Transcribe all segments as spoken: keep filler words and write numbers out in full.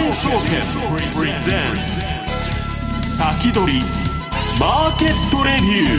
証券プレゼンツ先取りマーケットレビュ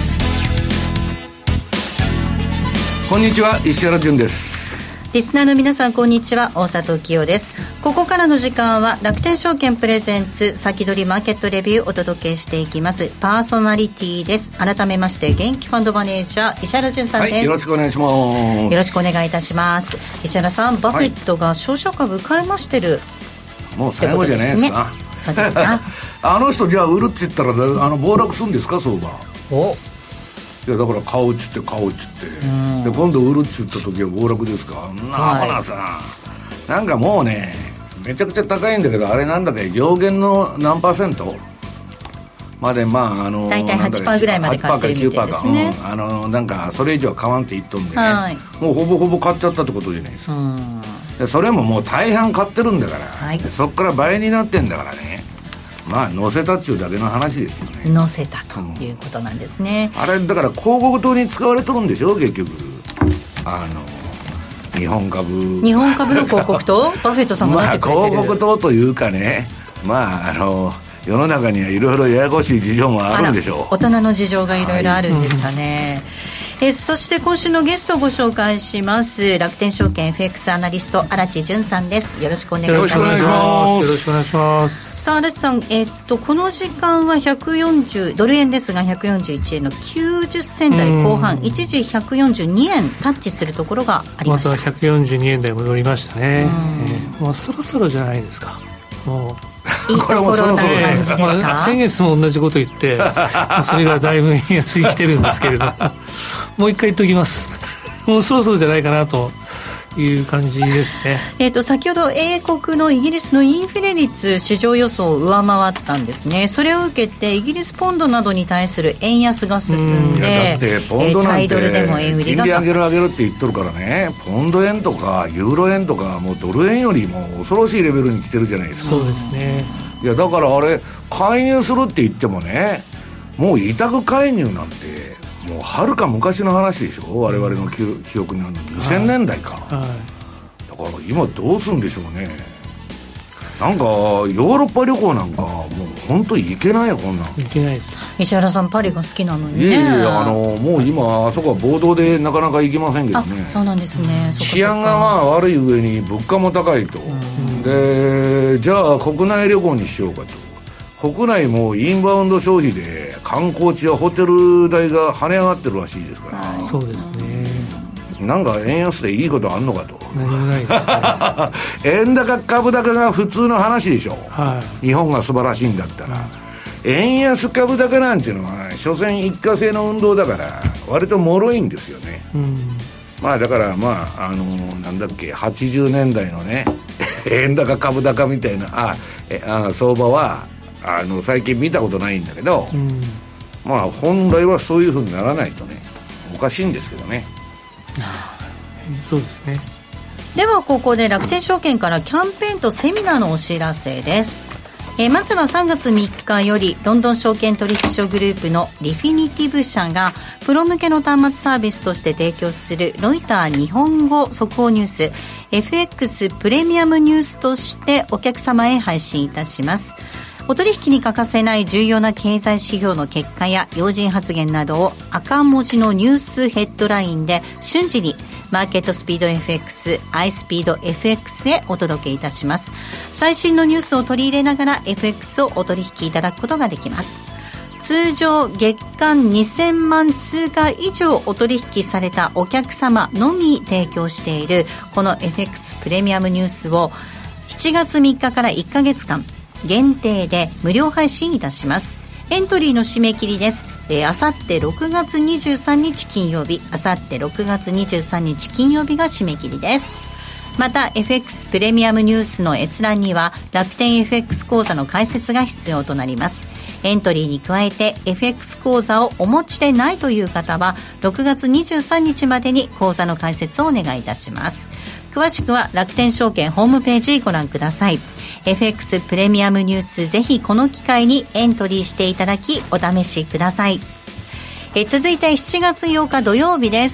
ー。 こんにちは、石原潤です。 リスナーの皆さん、こんにちは、大里清です。ここからの時間は楽天証券プレゼンツ先取りマーケットレビューをお届けしていきます。パーソナリティです。改めまして元気ファンドマネージャー石原潤さんです、 はい、よろしくお願いします。 よろしくお願いいたします。石原さん、バフェットが商社株買い増してる、 はい、もう最後じゃないですか。 そうですかあの人じゃあ売るって言ったらあの暴落するんですか、相場。 おいやだから買うっつって買うっつって、で今度売るっつった時は暴落ですか。なあ、ほなさ、なんかもうね、めちゃくちゃ高いんだけど、あれなんだっけ、上限の何パーセントまで、まああの大体 はちパーセント ぐらいまで買ってるみたいですね。 うん、あのなんかそれ以上は買わんって言っとんでね、 はい、 もうほぼほぼ買っちゃったってことじゃないですか。うん、でそれももう大半買ってるんだから、はい、そっから倍になってんだからね。まあ乗せたっちゅうだけの話ですよね。 乗せたということなんですね。 うん、あれだから広告塔に使われてるんでしょ、結局。あの日本株日本株の広告塔バフェットさんもなってくれてる、 まあ、広告塔というかね、まああの世の中にはいろいろややこしい事情もあるんでしょう。 大人の事情がいろいろあるんですかね。はい、えそして今週のゲストをご紹介します。楽天証券 エフエックス アナリスト荒地潤さんです。よろしくお願いいたします。 よろしくお願いします。よろしくお願いします。 さあ荒地さん、えー、っとこの時間はひゃくよんじゅうドル円ですがひゃくよんじゅういちえんのきゅうじゅっ銭台後半、一時ひゃくよんじゅうにえんタッチするところがありました。 またひゃくよんじゅうにえん台戻りましたね。えー、もうそろそろじゃないですか。もういいところな感じですか。 まあ、先月も同じこと言ってそれがだいぶ安い来てるんですけれどもう一回言っておきます。もうそろそろじゃないかなという感じですね。 えーと先ほど英国のイギリスのインフレ率市場予想を上回ったんですね。それを受けてイギリスポンドなどに対する円安が進んで、 いやだってポンドなんて、えー、タイドルでも円売りが金利上げる上げるって言っとるからね、ポンド円とかユーロ円とかもうドル円よりも恐ろしいレベルに来てるじゃないですか。 そうですね。 いやだからあれ介入するって言ってもね、もう委託介入なんてもうはるか昔の話でしょ。我々の記憶にあるのにせんねんだいか、はいはい、だから今どうするんでしょうね。なんかヨーロッパ旅行なんかもう本当に行けないよ、こんなん行けないです。 石原さんパリが好きなのにね。 いやいや、あのもう今あそこは暴動でなかなか行けませんけどね。 あ、そうなんですね。うん、 治安がまあ悪い上に物価も高いと、うん、でじゃあ国内旅行にしようかと。国内もインバウンド消費で観光地やホテル代が跳ね上がってるらしいですから、 はい、そうですね。 なんか円安でいいことあんのかと。 何もないですね。 円高株高が普通の話でしょ、はい、日本が素晴らしいんだったら、うん、円安株高なんていうのは所詮一過性の運動だから割と脆いんですよね。うん、まあだからまああのなんだっけはちじゅうねんだいのね円高株高みたいなあえあ相場はあの最近見たことないんだけど、うん、まあ本来はそういう風にならないとねおかしいんですけどね。 そうですね。 ではここで楽天証券からキャンペーンとセミナーのお知らせです。えー、まずはさんがつみっかよりロンドン証券取引所グループのリフィニティブ社がプロ向けの端末サービスとして提供するロイター日本語速報ニュース エフエックス プレミアムニュースとしてお客様へ配信いたします。お取引に欠かせない重要な経済指標の結果や要人発言などを赤文字のニュースヘッドラインで瞬時にマーケットスピード エフエックス、i スピード エフエックス へお届けいたします。最新のニュースを取り入れながら エフエックス をお取引いただくことができます。通常月間にせんまん通貨以上お取引されたお客様のみ提供しているこの エフエックス プレミアムニュースをしちがつみっかからいっかげつかん限定で無料配信いたします。エントリーの締め切りです。えー、あさってろくがつにじゅうさんにち金曜日、あさってろくがつにじゅうさんにち金曜日が締め切りです。また エフエックス プレミアムニュースの閲覧には楽天 エフエックス 口座の開設が必要となります。エントリーに加えて エフエックス 口座をお持ちでないという方はろくがつにじゅうさんにちまでに口座の開設をお願いいたします。詳しくは楽天証券ホームページご覧ください。エフエックス プレミアムニュース、ぜひこの機会にエントリーしていただきお試しください。え続いてしちがつようか土曜日です。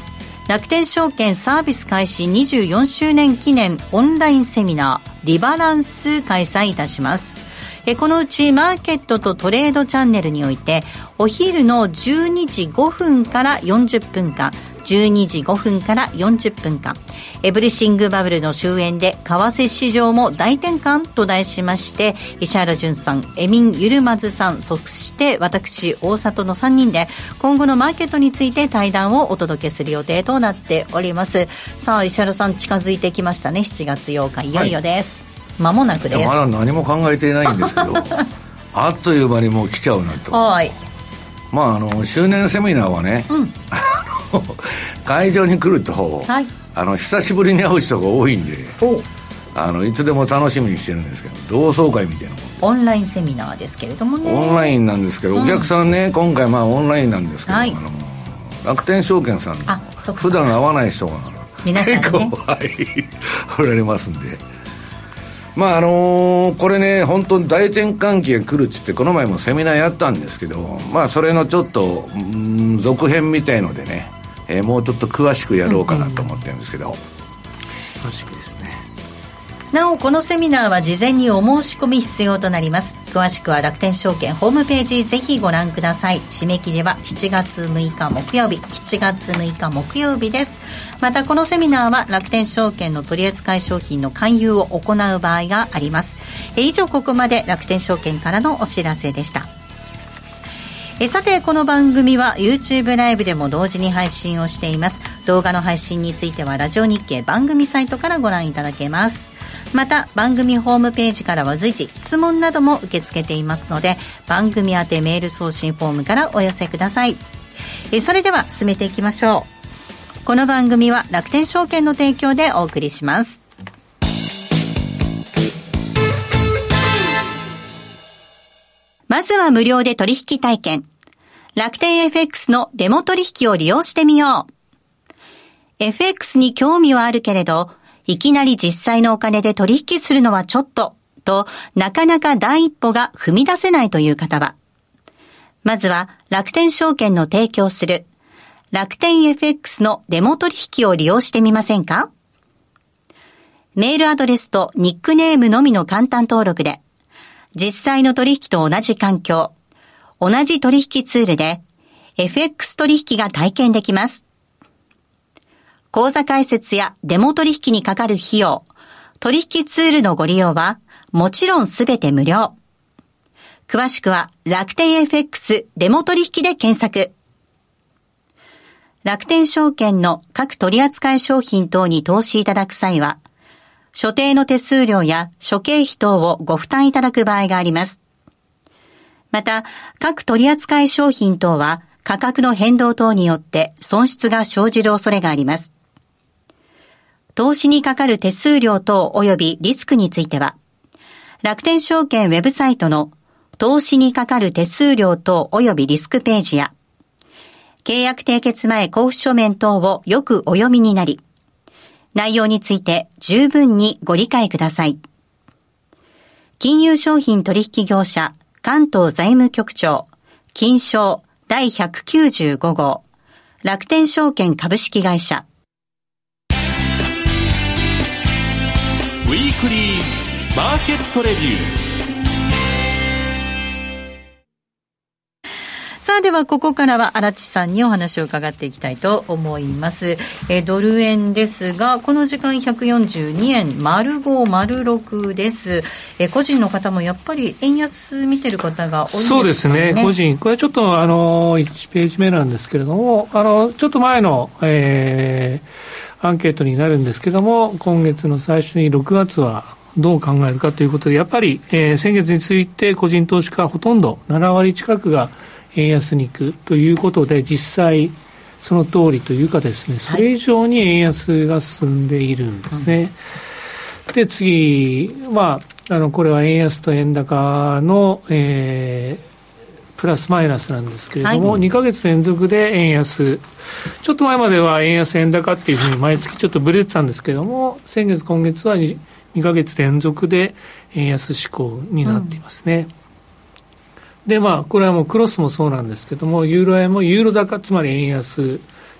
楽天証券サービス開始にじゅうよんしゅうねん記念オンラインセミナーリバランス開催いたします。えこのうちマーケットとトレードチャンネルにおいてお昼のじゅうにじごふんからよんじゅっぷんかん、じゅうにじごふんからよんじゅっぷんかん、エブリシングバブルの終焉で為替市場も大転換と題しまして、石原淳さん、エミン・ユルマズさん、そして私大里のさんにんで今後のマーケットについて対談をお届けする予定となっております。さあ石原さん、近づいてきましたね。しちがつようかいよいよです、はい、間もなくです。 まだ何も考えていないんですけどあっという間にもう来ちゃうなと。はい、まああの周年セミナーはね、うん会場に来ると、はい、あの久しぶりに会う人が多いんで、あのいつでも楽しみにしてるんですけど、同窓会みたいなもん。 オンラインセミナーですけれどもね。 オンラインなんですけど、うん、お客さんね、今回まあオンラインなんですけど、はい、あの楽天証券さんの普段会わない人が皆さん、ね、 結構、はい、おられますんで、まああのー、これね本当に大転換期が来るっつってこの前もセミナーやったんですけど、まあそれのちょっとん続編みたいのでね、えー、もうちょっと詳しくやろうかなと思ってるんですけど、うんうん、 楽しみですね。 なおこのセミナーは事前にお申し込み必要となります。詳しくは楽天証券ホームページぜひご覧ください。締め切りはしちがつむいか木曜日、しちがつむいか木曜日です。またこのセミナーは楽天証券の取扱い商品の勧誘を行う場合があります。え以上ここまで楽天証券からのお知らせでした。えさてこの番組は YouTube ライブでも同時に配信をしています。動画の配信についてはラジオ日経番組サイトからご覧いただけます。また番組ホームページからは随時質問なども受け付けていますので、番組宛てメール送信フォームからお寄せください。えそれでは進めていきましょう。この番組は楽天証券の提供でお送りします。まずは無料で取引体験。楽天 エフエックス のデモ取引を利用してみよう。エフエックス に興味はあるけれど、いきなり実際のお金で取引するのはちょっと、となかなか第一歩が踏み出せないという方は、まずは楽天証券の提供する楽天 エフエックス のデモ取引を利用してみませんか？メールアドレスとニックネームのみの簡単登録で、実際の取引と同じ環境、同じ取引ツールで エフエックス 取引が体験できます。口座開設やデモ取引にかかる費用、取引ツールのご利用はもちろんすべて無料。詳しくは楽天 エフエックス デモ取引で検索。楽天証券の各取扱い商品等に投資いただく際は、所定の手数料や諸経費等をご負担いただく場合があります。また、各取扱い商品等は価格の変動等によって損失が生じる恐れがあります。投資にかかる手数料等及びリスクについては、楽天証券ウェブサイトの投資にかかる手数料等及びリスクページや、契約締結前交付書面等をよくお読みになり、内容について十分にご理解ください。金融商品取引業者関東財務局長金商第ひゃくきゅうじゅうご号楽天証券株式会社。 ウィークリーマーケットレビュー。 さあではここからは荒地さんにお話を伺っていきたいと思います。えドル円ですがこの時間ひゃくよんじゅうにえん丸ご丸ろくです。え個人の方もやっぱり円安見てる方が多いですかね。 そうですね。個人これちょっとあのいちページ目なんですけれども、あのちょっと前の、えー、アンケートになるんですけども、今月の最初にろくがつはどう考えるかということで、やっぱり、えー、先月について個人投資家はほとんどななわり近くが円安に行くということで、実際その通りというかですね、それ以上に円安が進んでいるんですね、はい、で次、まあ、あのこれは円安と円高の、えー、プラスマイナスなんですけれども、はい、にかげつ連続で円安、ちょっと前までは円安円高っていうふうに毎月ちょっとブレてたんですけれども、先月今月は 2, にかげつ連続で円安志向になっていますね、うんでまあ、これはもうクロスもそうなんですけども、ユーロ円もユーロ高、つまり円安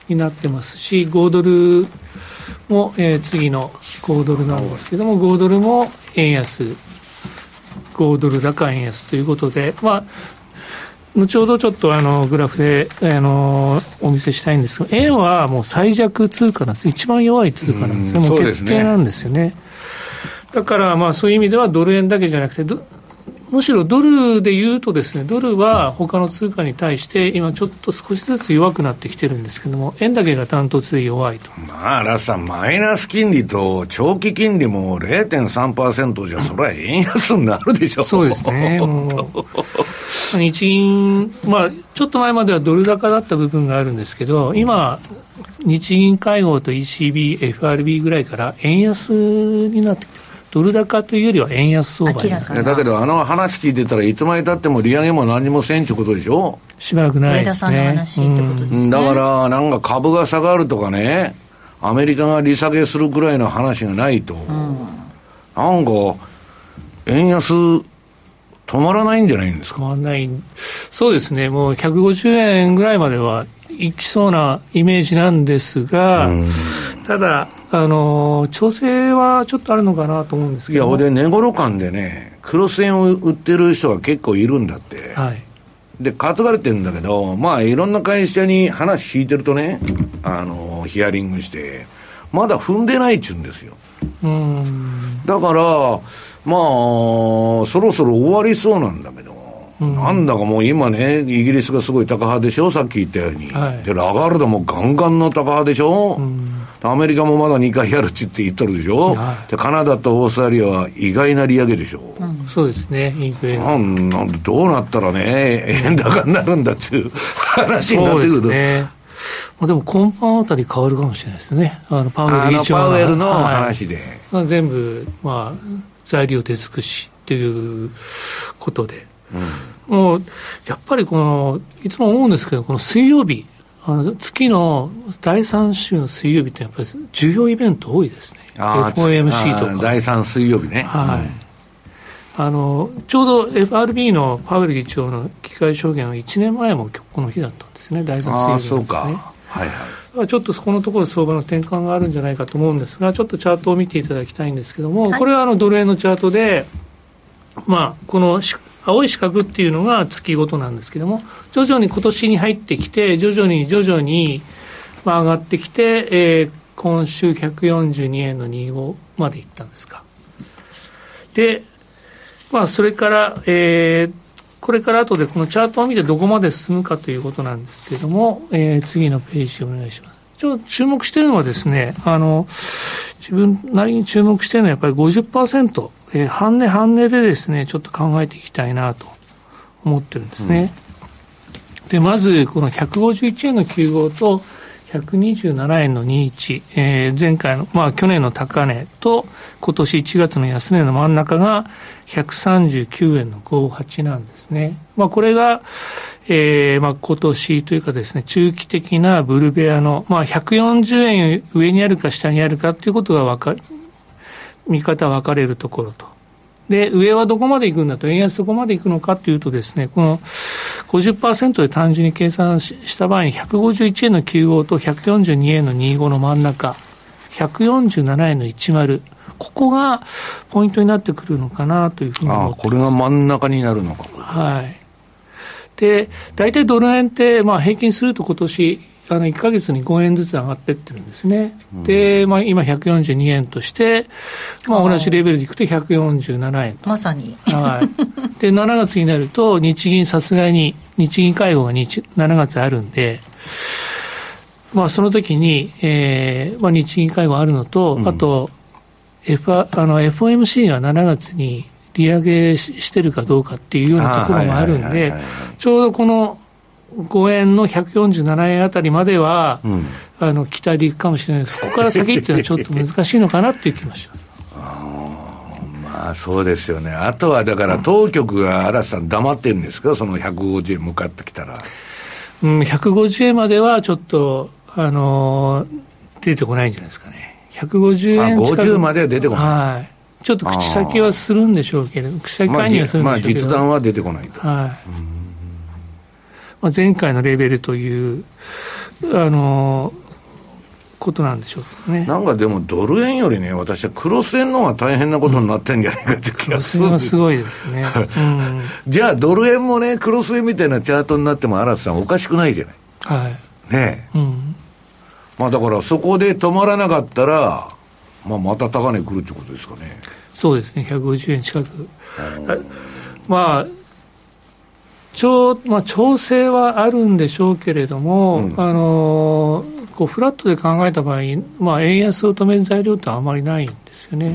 になってますし、ごドルも、えー、次のごドルなんですけども、ごドルも円安、ごドル高円安ということで、まあ、後ほどちょっとあのグラフであのお見せしたいんですが、円はもう最弱通貨なんです。一番弱い通貨なんですね。もう決定なんですよね。だからまあそういう意味ではドル円だけじゃなくて、むしろドルで言うとですね、ドルは他の通貨に対して今ちょっと少しずつ弱くなってきてるんですけども、円だけがダントツで弱いと。 まあラスさん、マイナス金利と長期金利も れいてんさんパーセント じゃそれは円安になるでしょ。 そうですね。もう日銀、まあちょっと前まではドル高だった部分があるんですけど、今日銀会合と イーシービー、エフアールビー ぐらいから円安になってきて、ドル高というよりは円安相場になる。 だけどあの話聞いてたらいつまでたっても利上げも何もせんってことでしょ。 しばらくないですね。 上田さんの話ってことですね。 だからなんか株が下がるとかね、アメリカが利下げするくらいの話がないと、うん、なんか円安止まらないんじゃないんですか。 止まらない。そうですね。もうひゃくごじゅうえんぐらいまではいきそうなイメージなんですが、うん、ただあの調整はちょっとあるのかなと思うんですけど。 いや、俺値頃感でね、クロス円を売ってる人が結構いるんだって、はい、で担がれてるんだけど、まあいろんな会社に話聞いてるとね、あのヒアリングしてまだ踏んでないっちゅうんですよ。うん、だからまあそろそろ終わりそうなんだけど、うん、なんだかもう今ね、イギリスがすごい高派でしょ、さっき言ったように、はい、でラガルドもガンガンの高派でしょ、うん、アメリカもまだにかいやるっちって言っとるでしょ、はい、でカナダとオーストラリアは意外な利上げでしょ、 うん、そうですね。インフレなんなんでどうなったらね円高になるんだっていう話になってくると、そうですね。 まあ、でも今般あたり変わるかもしれないですね。あのパウエル議長のパウエルの話で、 はい、全部、まあ、材料出尽くしということで、うん、もうやっぱりこのいつも思うんですけど、この水曜日、あの月のだいさん週の水曜日ってやっぱり重要イベント多いですね。 エフオーエムシー とかだいさん水曜日ね、 はい、うん、あのちょうど エフアールビー のパウエル議長の議会証言はいちねんまえもこの日だったんですね。だいさん水曜日なんですね。 あ、そうか、はいはい、 ちょっとそこのところで相場の転換があるんじゃないかと思うんですが、ちょっとチャートを見ていただきたいんですけども、はい、これはあのドル円のチャートで、まあ、この青い四角っていうのが月ごとなんですけども、徐々に今年に入ってきて徐々に徐々にまあ上がってきて、えー、今週ひゃくよんじゅうにえんのにじゅうごまでいったんですか。で、まあ、それから、えー、これから後でこのチャートを見てどこまで進むかということなんですけれども、えー、次のページお願いします。ちょっと注目しているのはですね、あの自分なりに注目しているのはやっぱり ごじゅっパーセント、えー、半値半値でですねちょっと考えていきたいなと思ってるんですね、うん、でまずこのひゃくごじゅういちえんのきゅうごうとひゃくにじゅうななえんのにじゅういち、えー、前回の、まあ、去年の高値と今年いちがつの安値の真ん中がひゃくさんじゅうきゅうえんのごじゅうはちなんですね。まあ、これが、えーまあ、今年というかですね、中期的なブルベアの、まあ、ひゃくよんじゅうえん上にあるか下にあるかということが分かる、見方分かれるところと。で、上はどこまで行くんだと、円安どこまで行くのかというとですね、この ごじゅっパーセント で単純に計算した場合にひゃくごじゅういちえんのきゅうごうとひゃくよんじゅうにえんのにじゅうごの真ん中、ひゃくよんじゅうななえんのじゅう、ここがポイントになってくるのかなというふうに思っています。 ああ、これが真ん中になるのか。 はい。で、大体ドル円って、まあ、平均すると今年あのいっかげつにごえんずつ上がっていってるんですね、うん、で、まあ、今ひゃくよんじゅうにえんとして、まあ、同じレベルでいくとひゃくよんじゅうななえんと、 まさに、 はい、でしちがつになると日銀さすがに日銀会合がしちがつあるんで、まあ、その時に、えーまあ、日銀会合あるのと、うん、あと、F、あの エフオーエムシー がしちがつに利上げしてるかどうかっていうようなところもあるんで、ちょうどこのごえんのひゃくよんじゅうななえんあたりまでは、うん、あの期待でいくかもしれないです。ここから先っていうのはちょっと難しいのかなっていう気もします。 あ、まあそうですよね。あとはだから当局が嵐さん黙ってるんですか、そのひゃくごじゅうえん向かってきたら。 うん、ひゃくごじゅうえんまではちょっとあのー、出てこないんじゃないですかね。ひゃくごじゅうえん近く、 あ、ごじゅうまでは出てこない。 はい。ちょっと口先はするんでしょうけれど、口先介入はするんでしょうけど、 まあ、実弾は出てこないと。 はい。まあ、前回のレベルというあのことなんでしょうけどね。 なんかでもドル円よりね、私はクロス円の方が大変なことになってるんじゃないかって気がする、うん、クロス円はすごいですよね、うん、 じゃあドル円もねクロス円みたいなチャートになっても荒瀬さんおかしくないじゃない。 はいねえ、 うん、 まあだからそこで止まらなかったら、まあ、また高値来るってことですかね。 そうですね、ひゃくごじゅうえん近く。まあ調まあ、調整はあるんでしょうけれども、うん、あのこうフラットで考えた場合、まあ、円安を止める材料ってあまりないんですよね、うん、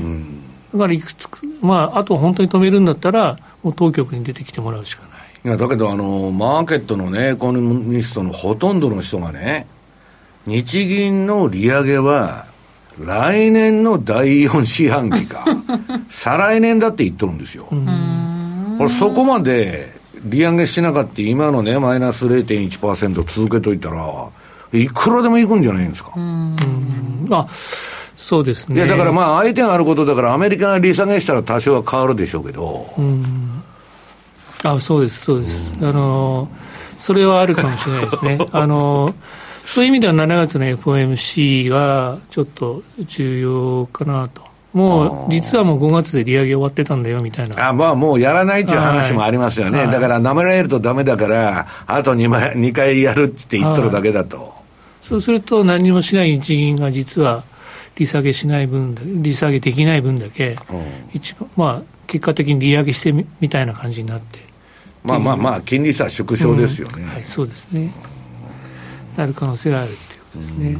だからいくつか、まあ、あと本当に止めるんだったらもう当局に出てきてもらうしかない。 いやだけどあのマーケットのねエコノミストのほとんどの人がね、日銀の利上げは来年のだいよん四半期か再来年だって言っとるんですよ。これそこまで利上げしなかった今のねマイナス れいてんいちパーセント 続けといたらいくらでもいくんじゃないんですか。 うんあそうですね。 いやだからまあ相手があることだからアメリカが利下げしたら多少は変わるでしょうけど。 うんあそうですそうです、うん、あのそれはあるかもしれないですねあのそういう意味ではしちがつの エフオーエムシー がちょっと重要かなと。もう実はもうごがつで利上げ終わってたんだよみたいな。 あまあもうやらないっていう話もありますよね、はい、だから舐められるとダメだからあと 2, にかいやるって言っとるだけだと、はい、 そうすると何もしない日銀が実は利下げしない分だ利下げできない分だけ、うん、一番まあ結果的に利上げしてみ, みたいな感じになってまあまあまあ金利差縮小ですよね、 うんはい、そうですね、なる可能性があるっていうことですね。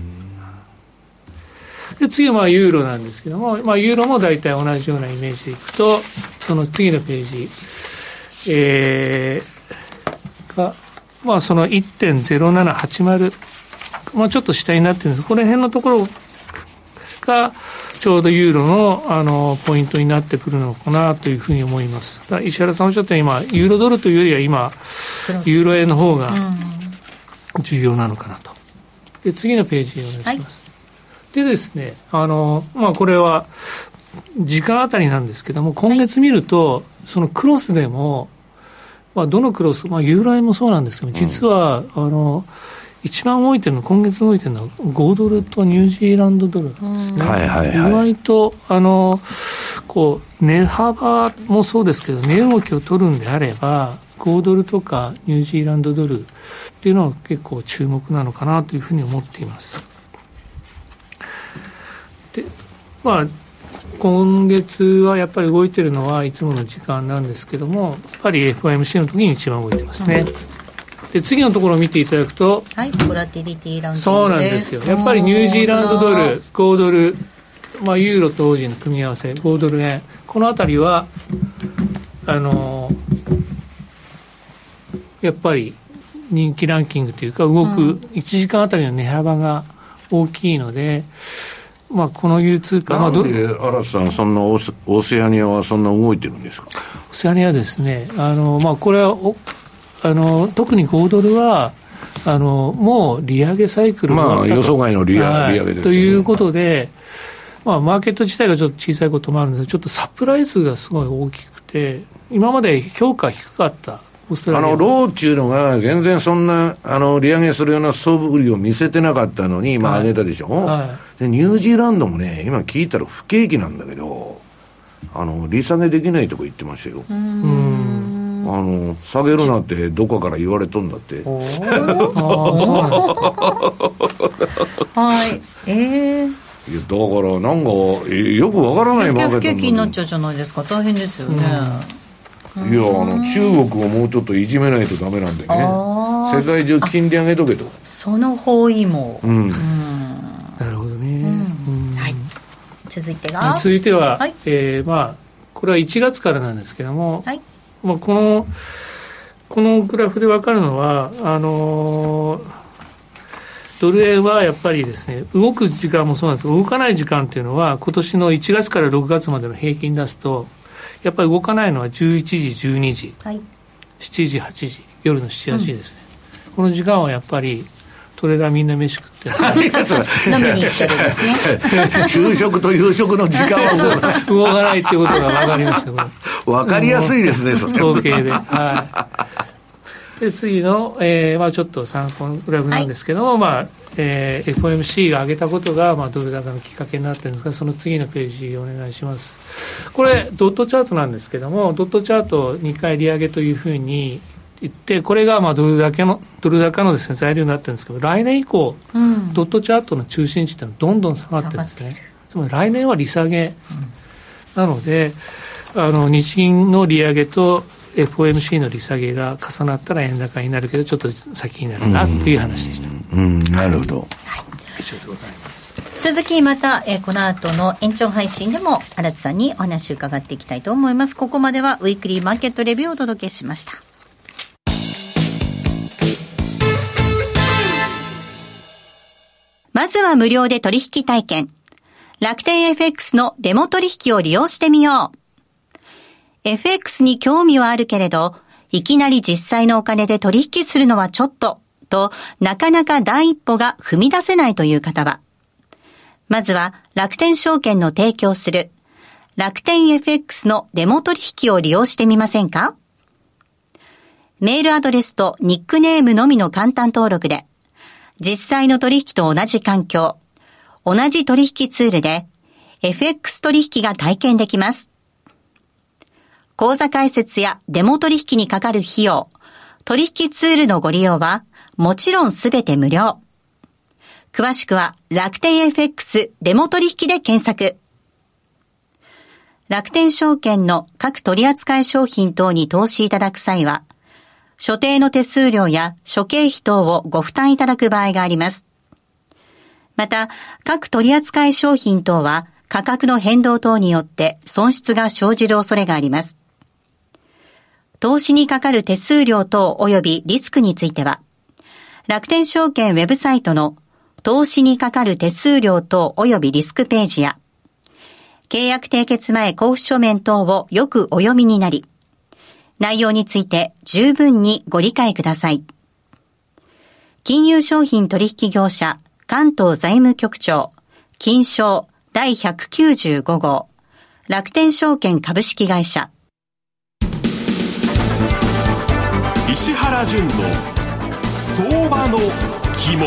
で次はまあユーロなんですけども、まあ、ユーロも大体同じようなイメージでいくとその次のページ、えー、が、まあ、その いってんゼロななはちまる、まあ、ちょっと下になってるんです。この辺のところがちょうどユーロ の, あのポイントになってくるのかなというふうに思います。だ石原さんおっしゃったように今ユーロドルというよりは今ユーロ円の方が重要なのかなと。で次のページお願いします、はい。でですね、あの、まあ、これは時間あたりなんですけども、今月見ると、はい、そのクロスでも、まあ、どのクロス、まあ、ユーロ円もそうなんですけど、実は、うん、あの、一番動いてるの、今月動いてるのはごドルとニュージーランドドルなんですね。はいはいはい。意外と、あの、こう、値幅もそうですけど、値動きを取るんであれば、ごドルとかニュージーランドドルっていうのは結構注目なのかなというふうに思っています。でまあ、今月はやっぱり動いているのはいつもの時間なんですけども、やっぱり エフオーエムシー の時に一番動いてますね、うん、で次のところを見ていただくと、 はい、ボラティリティランキングです。 そうなんですよ。やっぱりニュージーランドドル、ごドル、まあ、ユーロとオージーの組み合わせごドル円、このあたりはあのやっぱり人気ランキングというか動くいちじかんあたりの値幅が大きいので、まあ、この流通貨、 なんで荒瀬さんそんなオセ、オセアニアはそんな動いてるんですか。 オセアニアですね、あの、まあ、これはあの特にごドルはあのもう利上げサイクルがまあ予想外の利上げ、 はい、 利上げです、ね、 ということで、まあ、マーケット自体がちょっと小さいこともあるんですが、ちょっとサプライズがすごい大きくて、今まで評価低かったオーストラリアあのローっていうのが全然そんなあの利上げするような素振りを見せてなかったのに今上げたでしょ、はいはい、でニュージーランドもね今聞いたら不景気なんだけどあの利下げできないとか言ってましたよ。うーんあの下げるなってどこかから言われとんだって。おはいえー、いやだからなんかよくわからないマーケット不景気になっちゃうじゃないですか。大変ですよね。 いやあの中国をもうちょっといじめないとダメなんでね。世界中金利上げとけと。 その包囲網、うんうん、 なるほどね、 うんうんはい、続いてが続いては、はいえーまあ、これはいちがつからなんですけども、はいまあ、このこのグラフで分かるのはあのー、ドル円はやっぱりですね動く時間もそうなんですが動かない時間っていうのは今年のいちがつからろくがつまでの平均出すとやっぱり動かないのはじゅういちじじゅうにじ、はい、しちじはちじ夜のしちじはちじですね、うん、この時間はやっぱりトレーダーみんな飯食って飲みに行ってるんですね昼食と夕食の時間は動かないっていうことが分かりました。 分かりやすいですね、 それ統計で、はいで次の、えーまあ、ちょっと参考グラフなんですけども、はい、まあえー、エフオーエムシー が上げたことが、まあ、ドル高のきっかけになっているんですが、その次のページお願いします。これドットチャートなんですけども、ドットチャートにかい利上げというふうに言って、これがまあドル高のドル高のですね、材料になってるんですけど、来年以降、うん、ドットチャートの中心地っていうのはどんどん下がってるんですね。つまり来年は利下げ、うん、なので、あの日銀の利上げと エフオーエムシー の利下げが重なったら円高になるけど、ちょっと先になるなっていう話でした。 うん、うん、なるほど。 はい、 以上でございます。 続きまた、えー、この後の延長配信でも荒津さんにお話を伺っていきたいと思います。ここまではウィークリーマーケットレビューをお届けしました。まずは無料で取引体験。楽天 エフエックス のデモ取引を利用してみよう。エフエックス に興味はあるけれど、いきなり実際のお金で取引するのはちょっと、となかなか第一歩が踏み出せないという方は、まずは楽天証券の提供する楽天 エフエックス のデモ取引を利用してみませんか？メールアドレスとニックネームのみの簡単登録で、実際の取引と同じ環境、同じ取引ツールで エフエックス 取引が体験できます。口座開設やデモ取引にかかる費用、取引ツールのご利用はもちろんすべて無料。詳しくは楽天 エフエックス デモ取引で検索。楽天証券の各取扱い商品等に投資いただく際は、所定の手数料や諸経費等をご負担いただく場合があります。また、各取扱い商品等は価格の変動等によって損失が生じる恐れがあります。投資にかかる手数料等及びリスクについては、楽天証券ウェブサイトの投資にかかる手数料等及びリスクページや、契約締結前交付書面等をよくお読みになり、内容について十分にご理解ください。金融商品取引業者関東財務局長金商だいひゃくきゅうじゅうご号楽天証券株式会社。 石原淳の相場の肝。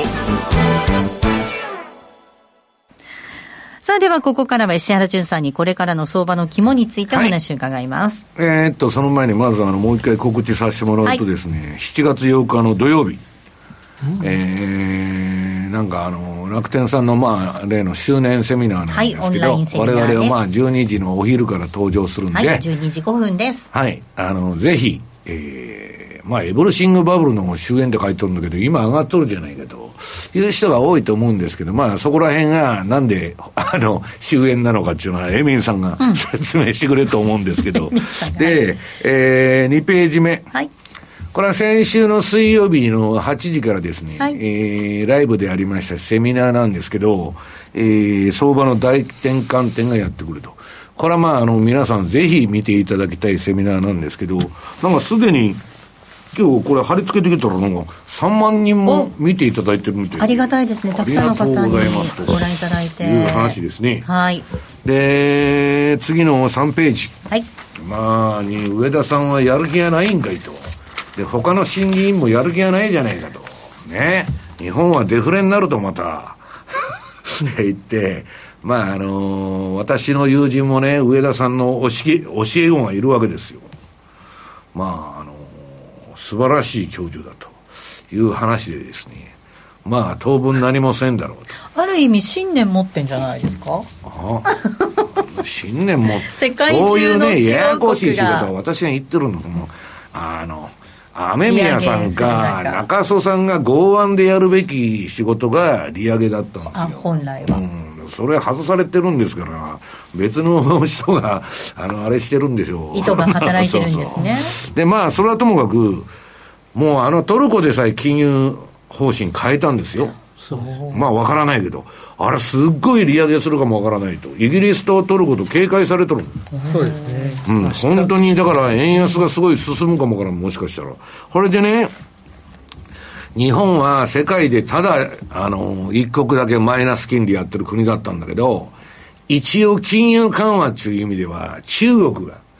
さあではここからは石原淳さんにこれからの相場の肝についてお話を伺います。 はい、えー、っとその前にまずあのもう一回告知させてもらうとですね、はい、しちがつようかの土曜日、うん、えー、なんかあの楽天さんのまあ例の周年セミナーなんですけど、はい、我々はまあじゅうにじのお昼から登場するんで、 はい、じゅうにじごふんです。 はい、あのぜひ、えー、まあエブルシングバブルの終焉って書いてるんだけど今上がっとるじゃないかという人が多いと思うんですけど、まあそこら辺がなんであの終焉なのかっていうのはエミンさんが、うん、説明してくれると思うんですけどで、えー、にページ目、はい、これは先週の水曜日のはちじからですね、はい、えー、ライブでありましたセミナーなんですけど、えー、相場の大転換点がやってくると。これはまああの皆さんぜひ見ていただきたいセミナーなんですけど、なんかすでに今日これ貼り付けてきたらなんかさんまんにんも見ていただいてるみたいで、 ありがたいですね。たくさんの方にご覧いただいていう話ですね。 はい。 で次のさんページ、 はい、 まあに上田さんはやる気がないんかいと、で他の審議員もやる気がないじゃないかとね、日本はデフレになるとまた言ってまああのー、私の友人もね上田さんの教え教え子がいるわけですよ。まああの素晴らしい教授だという話でですね、まあ当分何もせんだろうと。 ある意味信念持ってんじゃないですか。 ああ信念持って世界中のそういうねややこしい仕事は私が言ってるのもあの雨宮さんか中曽さんが剛腕でやるべき仕事が利上げだったんですよ。あ本来は、 うん、それ外されてるんですから別の人があのあれしてるんでしょう。 意図が働いてるんですね。 そうそうでまあそれはともかくもうあのトルコでさえ金融方針変えたんですよ。そうまあわからないけどあれすっごい利上げするかもわからないとイギリスとトルコと警戒されてる。 そうですね、 うん、本当にだから円安がすごい進むかもわからん。もしかしたらこれでね日本は世界でただあの一国だけマイナス金利やってる国だったんだけど一応金融緩和っていう意味では中国が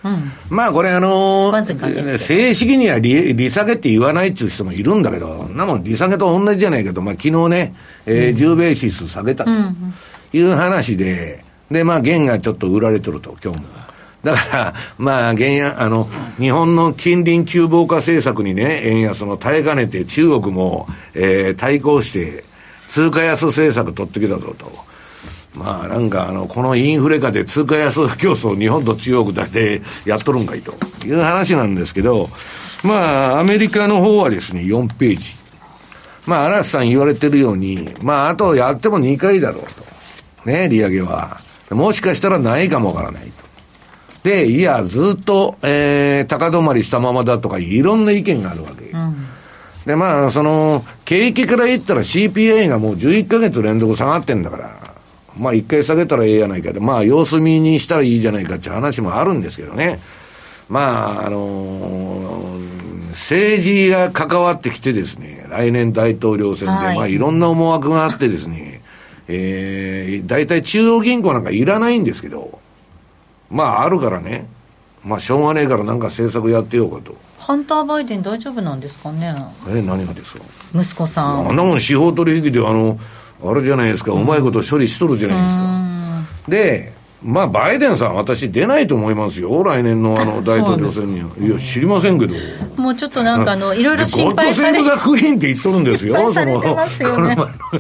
うん、 まあこれあのー、正式には 利, 利下げって言わないっていう人もいるんだけど、なもん利下げと同じじゃないけど、まあ昨日ね、えー、じゅうベーシス下げたという話で、でまあ元がちょっと売られてると今日も。だからまあ元やあの日本の近隣急防化政策にね円安の耐えかねて中国も、えー、対抗して通貨安政策取ってきたぞと。まあなんかあのこのインフレ下で通貨安競争日本と中国だけやっとるんかいという話なんですけど、まあアメリカの方はですねよんページ、まあ嵐さん言われてるようにまああとやってもにかいだろうとね、利上げはもしかしたらないかもわからないと。でいやずっと、えー、高止まりしたままだとかいろんな意見があるわけ、うん、でまあその景気から言ったら シーピーアイ がもうじゅういっかげつ連続下がってんだから、まあ一回下げたらええやないかで、まあ様子見にしたらいいじゃないかっていう話もあるんですけどね。まああのー、政治が関わってきてですね、来年大統領選で、はい、まあいろんな思惑があってですね、えー、大体中央銀行なんかいらないんですけど、まああるからね、まあしょうがねえからなんか政策やってようかと。 ハンター・バイデン大丈夫なんですかね。 え何がですか。 息子さん。 あんなもん司法取引であのあれじゃないですか、うまいこと処理しとるじゃないですか。でまあバイデンさん私出ないと思いますよ来年のあの大統領選には。いや知りませんけど、もうちょっとなんかあのいろいろ心配されゴッドセーブザクイーンって言っとるんですよ。 心配されてますよね。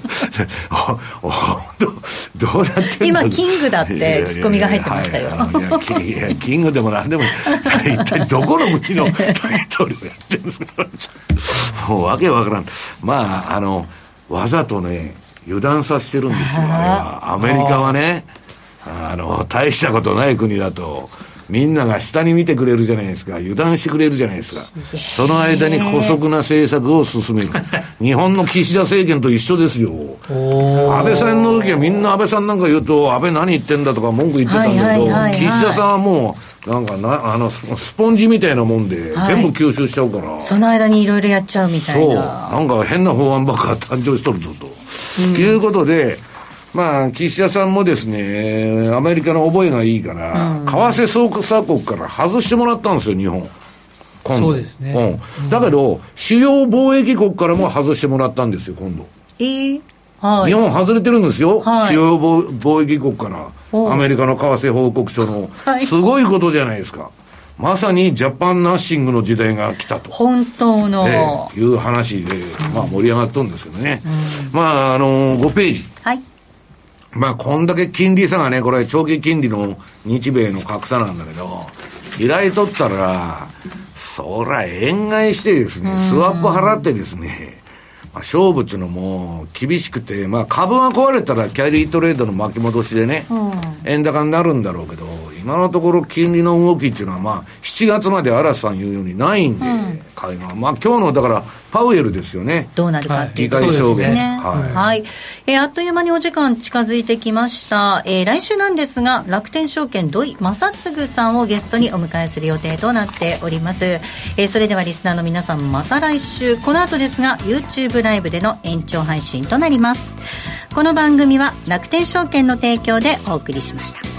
どうなってん今キングだってツッコミが入ってましたよ。 いやキングでもなんでも一体どこの国の大統領やってるんですか。もうわけわからん。まああのわざとね油断させてるんですよ。あれはアメリカはね、あの大したことない国だとみんなが下に見てくれるじゃないですか、油断してくれるじゃないですか。その間に姑息な政策を進める日本の岸田政権と一緒ですよ。安倍さんの時はみんな安倍さんなんか言うと安倍何言ってんだとか文句言ってたんだけど、はいはいはいはい、岸田さんはもうなんかなあのスポンジみたいなもんで全部吸収しちゃうから、はい、 その間にいろいろやっちゃうみたいな。 そうなんか変な法案ばっか誕生しとるぞと、うん、いうことでまあ、岸田さんもですね、アメリカの覚えがいいから、うん、為替相差国から外してもらったんですよ、日本。今度。 そうですね。 うん。だけど、主要貿易国からも外してもらったんですよ、今度。 えーはい、 日本外れてるんですよ、はい、主要貿易国から。アメリカの為替報告書の。すごいことじゃないですか。まさにジャパンナッシングの時代が来たと。 本当の。 えー、いう話で、まあ盛り上がっとるんですけどね。うん、まあ、あのー、ごページ。 はい。 まあ、こんだけ金利差がね、これ長期金利の日米の格差なんだけど、依頼取ったら、そら円買いしてですね、スワップ払ってですね、まあ、勝負っていうのも厳しくて、まあ株が壊れたらキャリートレードの巻き戻しでね、円高になるんだろうけど、今のところ金利の動きっていうのはまあしちがつまで嵐さん言うようにないんで、買いがまあ今日のだからパウエルですよね。 どうなるかっていうことですね。はい。はい、えー、あっという間にお時間近づいてきました。えー、来週なんですが楽天証券土井正嗣さんをゲストにお迎えする予定となっております。えー、それではリスナーの皆さんまた来週。この後ですが YouTube ライブでの延長配信となります。この番組は楽天証券の提供でお送りしました。